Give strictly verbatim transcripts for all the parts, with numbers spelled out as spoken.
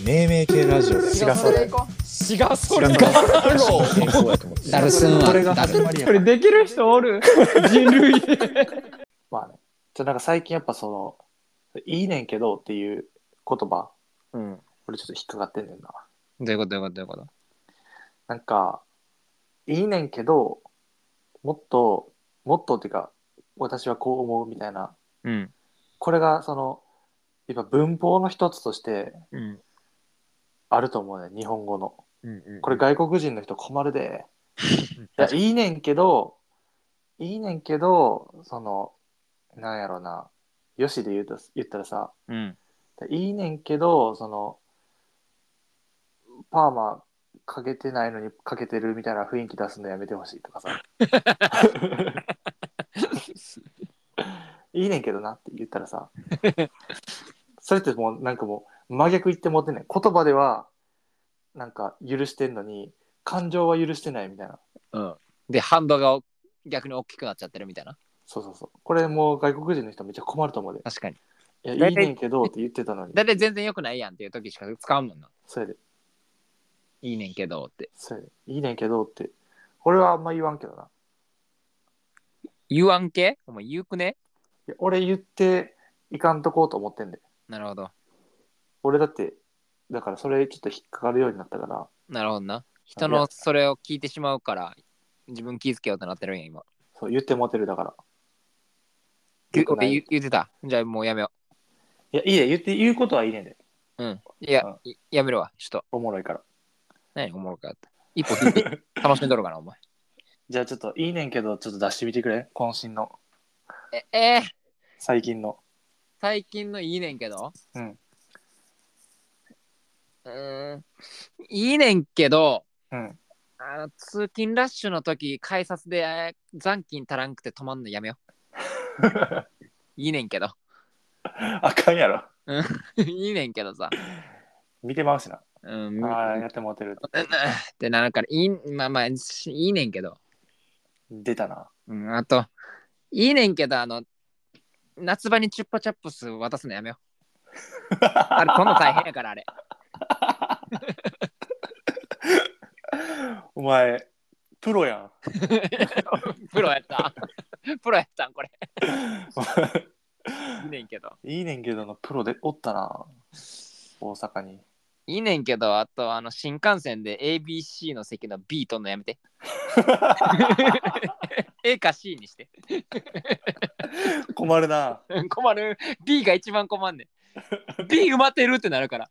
命名系ラジオで違うそれ行こう違うそれかダルスンはこれが始まりやこれできる人おる人類でまあね、じゃなんか最近やっぱそのいいねんけどっていう言葉、 うん、 俺ちょっと引っかかってんねんな。 どういうことどういうことどういうことなんかいいねんけどもっともっとっていうか私はこう思うみたいな、 うん、 これがそのやっぱ文法の一つとしてうんあると思うね、日本語の。 うんうん、 これ外国人の人困るで。いやいいねんけどいいねんけどそのなんやろな、よしで言うと言ったらさ、 うん、 いいねんけどそのパーマかけてないのにかけてるみたいな雰囲気出すのやめてほしいとかさいいねんけどなって言ったらさそれってもうなんかもう真逆言ってもってね、言葉ではなんか許してんのに感情は許してないみたいな、 うん、でハンドが逆に大きくなっちゃってるみたいな。 そうそうそう、これもう外国人の人めっちゃ困ると思うで。 確かにいやいいねんけどって言ってたのにだいたい全然良くないやんっていう時しか使うもんな。 それでいいねんけどってそれでいいねんけどって俺はあんま言わんけどな。 言わんけお前言うくね。 いや俺言っていかんとこうと思ってんで。 なるほど俺だってだからそれちょっと引っかかるようになったから。 なるほどな。人のそれを聞いてしまうから自分気づけようとなってるんや今。 そう言ってもてるだから。 俺言, 言ってた。じゃあもうやめよう。いやいいね、言って言うことはいいねんで。 う。うんいや、うん、やめろわちょっとおもろいから。 何おもろかった。一歩引いて楽しんどるかなお前。 じゃあちょっといいねんけどちょっと出してみてくれ、渾身の。 ええー、 最近の最近のいいねんけど、 うんうーんいいねんけど、 うん、 あの通勤ラッシュの時改札で残金足らんくて止まんのやめよいいねんけどあかんやろいいねんけどさ見てまうしな、 うん、 ああやってもてるってなるからいいまあまあいいねんけど、 出たな、 うん、あといいねんけどあの夏場にチュッパチャップス渡すのやめよあれこんな大変やからあれお前プロやんプロやったプロやったんこれいいねんけどいいねんけどのプロでおったな、大阪に。 いいねんけど、あとあの新幹線で エービーシー の席の B とんのやめてA か C にして困るな困る B が一番困んねんB 埋まってるってなるから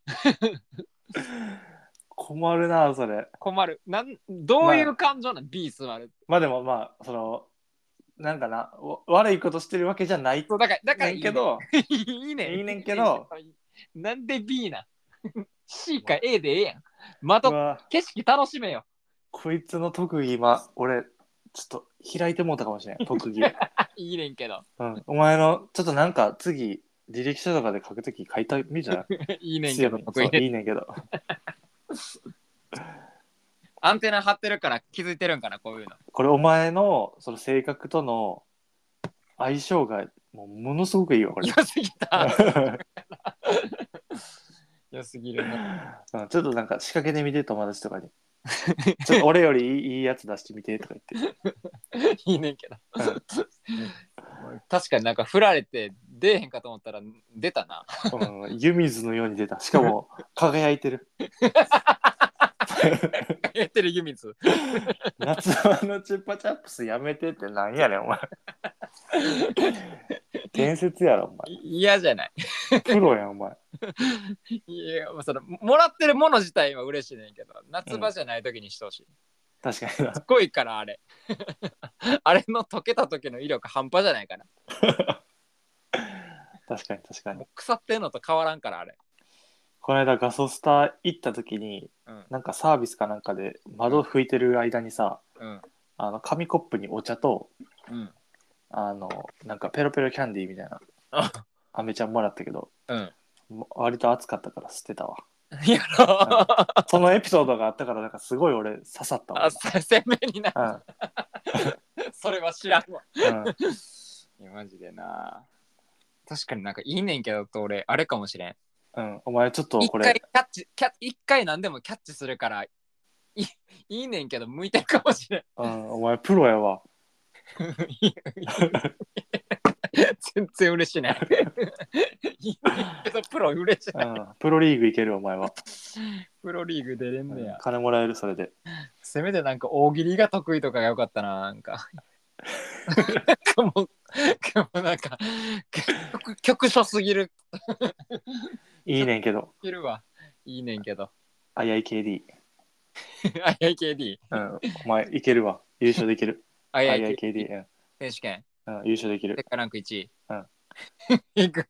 困るなそれ。 困るなんどういう感情なの、まあ、B 座る。 まあでもまあそのなんかな悪いことしてるわけじゃないそうだからだからいいけどいいねんいいねんけどなんで B なC か A でええやん。まと景色楽しめよ。 こいつの特技今俺ちょっと開いてもうたかもしれん特技いいねんけど、 うん、お前のちょっとなんか次履歴書とかで書くとき書いたみじゃんいいねんけどそういいねんけどアンテナ張ってるから気づいてるんかなこういうの。 これお前のその性格との相性がもうものすごくいいよこれ良すぎた良すぎるな、 うん、ちょっとなんか仕掛けてみて友達とかにちょっと俺よりいいやつ出してみてとか言っていいねんけど確かになんか振られて出えへんかと思ったら出たな、 うん、湯水のように出た。しかも輝いてるやってる湯水夏場のチュッパチャップスやめてってなんやねんお前伝説やろお前。 嫌じゃないプロやんお前。 いやそのもらってるもの自体は嬉しいねんけど夏場じゃない時にしてほしい、うん、 確かになすごいからあれあれの溶けた時の威力半端じゃないから確かに確かに。 腐ってんのと変わらんからあれ。 この間ガソスタ行った時に、うん、なんかサービスかなんかで窓拭いてる間にさ、うん、あの紙コップにお茶と、うん、あのなんかペロペロキャンディーみたいなあめちゃんもらったけど、うん、割と熱かったから捨てたわ。 やろ、うん、 そのエピソードがあったからなんかすごい俺刺さったわ。 あ鮮明になる、うん、それは知らんわ、うん、いやマジでな確かになんかいいねんけどと俺あれかもしれんうん、お前ちょっと一これ回キャッチキャ一回何でもキャッチするからいいいねんけど向いてるかもしれん。 うん、お前プロやわ。 全然嬉しない。いいけどプロ嬉しない、 うん。プロリーグいけるお前は。 プロリーグ出れんねや、 うん、金もらえるそれで。 せめてなんか大喜利が得意とかがよかったな。なんかもうなんか局局所すぎる。 いいねんけど。 いるわ。いいねんけど。 アイアイケーディー。 アイアイケーディー。 うん、お前いけるわ。優勝できる。アイアイケーディー。 選手権。 うん、優勝できる。 世界ランクいちい。 うん。 いく。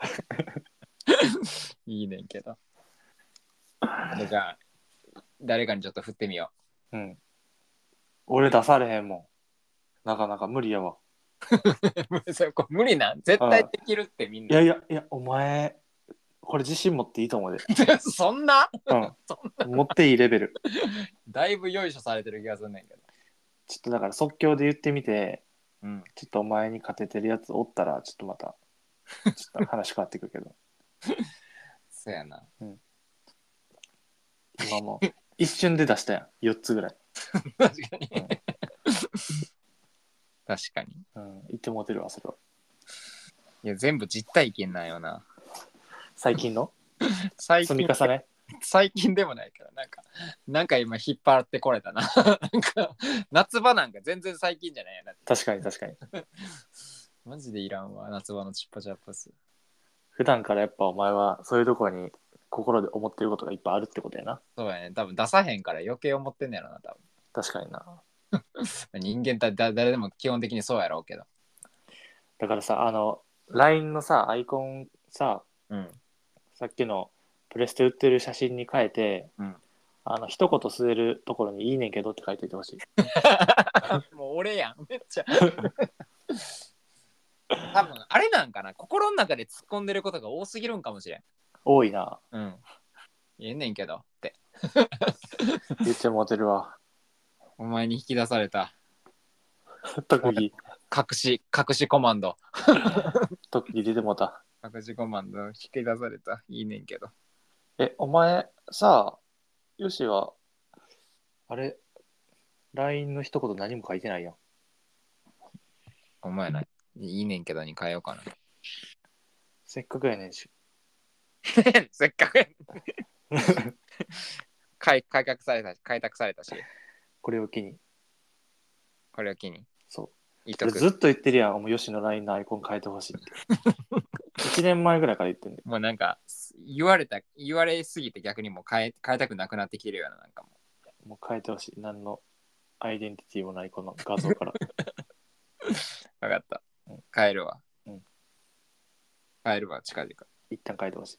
いいねんけど。じゃあ、誰かにちょっと振ってみよう。うん。俺出されへんもん。なかなか無理やわ。 それこれ無理なん絶対できるってみんな。 いやいやいや、お前、これ自信持っていいと思うで。 そんな、 うん、 そんな持っていいレベル。 だいぶよいしょされてる気がするねんけど。 ちょっとだから即興で言ってみて、 うん、 ちょっとお前に勝ててるやつおったら、ちょっとまた、ちょっと話変わってくるけど。 そうやな。 うん、今もう、一瞬で出したやん。よっつぐらい。 確かに。うん、確かに。 うん、言ってもうてるわ、それは。 いや、全部実体験なんよな。 最近の最近積み重ね最近でもないから、なんか、なんか今引っ張ってこれたな。なんか、夏場なんか全然最近じゃないやな。 確かに確かに。 マジでいらんわ、夏場のチッパチャップス。 普段からやっぱお前はそういうところに心で思ってることがいっぱいあるってことやな。 そうやね。多分出さへんから余計思ってんねやろな、多分。 確かにな。 人間って誰でも基本的にそうやろうけど。 だからさ、あの、ライン のさ、アイコンさ、 うん、 さっきのプレステ売ってる写真に変えて、 うん、 あの、一言据えるところにいいねんけどって書いておいてほしい。 もう俺やん、めっちゃ。多分あれなんかな、心の中で突っ込んでることが多すぎるんかもしれん。 多いな。 うん。言えんねんけどって。 言ってもうてるわ。 お前に引き出された。 特技。 隠し、隠しコマンド。 特技出てもうた。 隠しコマンド引き出された。いいねんけど。 え、お前さ、よしは、あれ、ライン の一言何も書いてないやん。 お前ない。いいねんけどに変えようかな。 せっかくやねんし。 せっかくやねん。改改革されたし、開拓されたし。 これを機に。 これを機に。 そう。 いいとくずっと言ってるやん、お前よしの ライン のアイコン変えてほしいって。いちねんまえぐらいから言ってんで。 もうなんか、言われた、言われすぎて逆にもう変え変えたくなくなってきてるような、なんかもう。もう変えてほしい。何のアイデンティティもないこの画像から。 分かった。変えるわ。 うん。 変えるわ、近々。 一旦変えてほしい。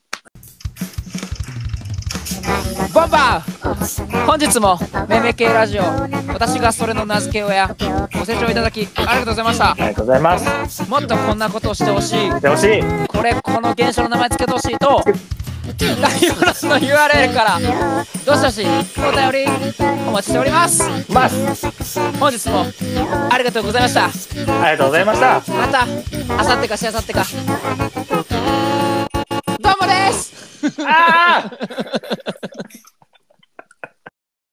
ボンバー本日もめめ系ラジオ、私がそれの名付け親、ご清聴いただきありがとうございました。 ありがとうございます。 もっとこんなことをしてほしい、 してほしい、 これこの現象の名前つけてほしいと概要欄の ユーアールエル からどしどしお便りお待ちしております。本日もありがとうございました。 ありがとうございました。 またあさってかしあさってかどうもです。 ああ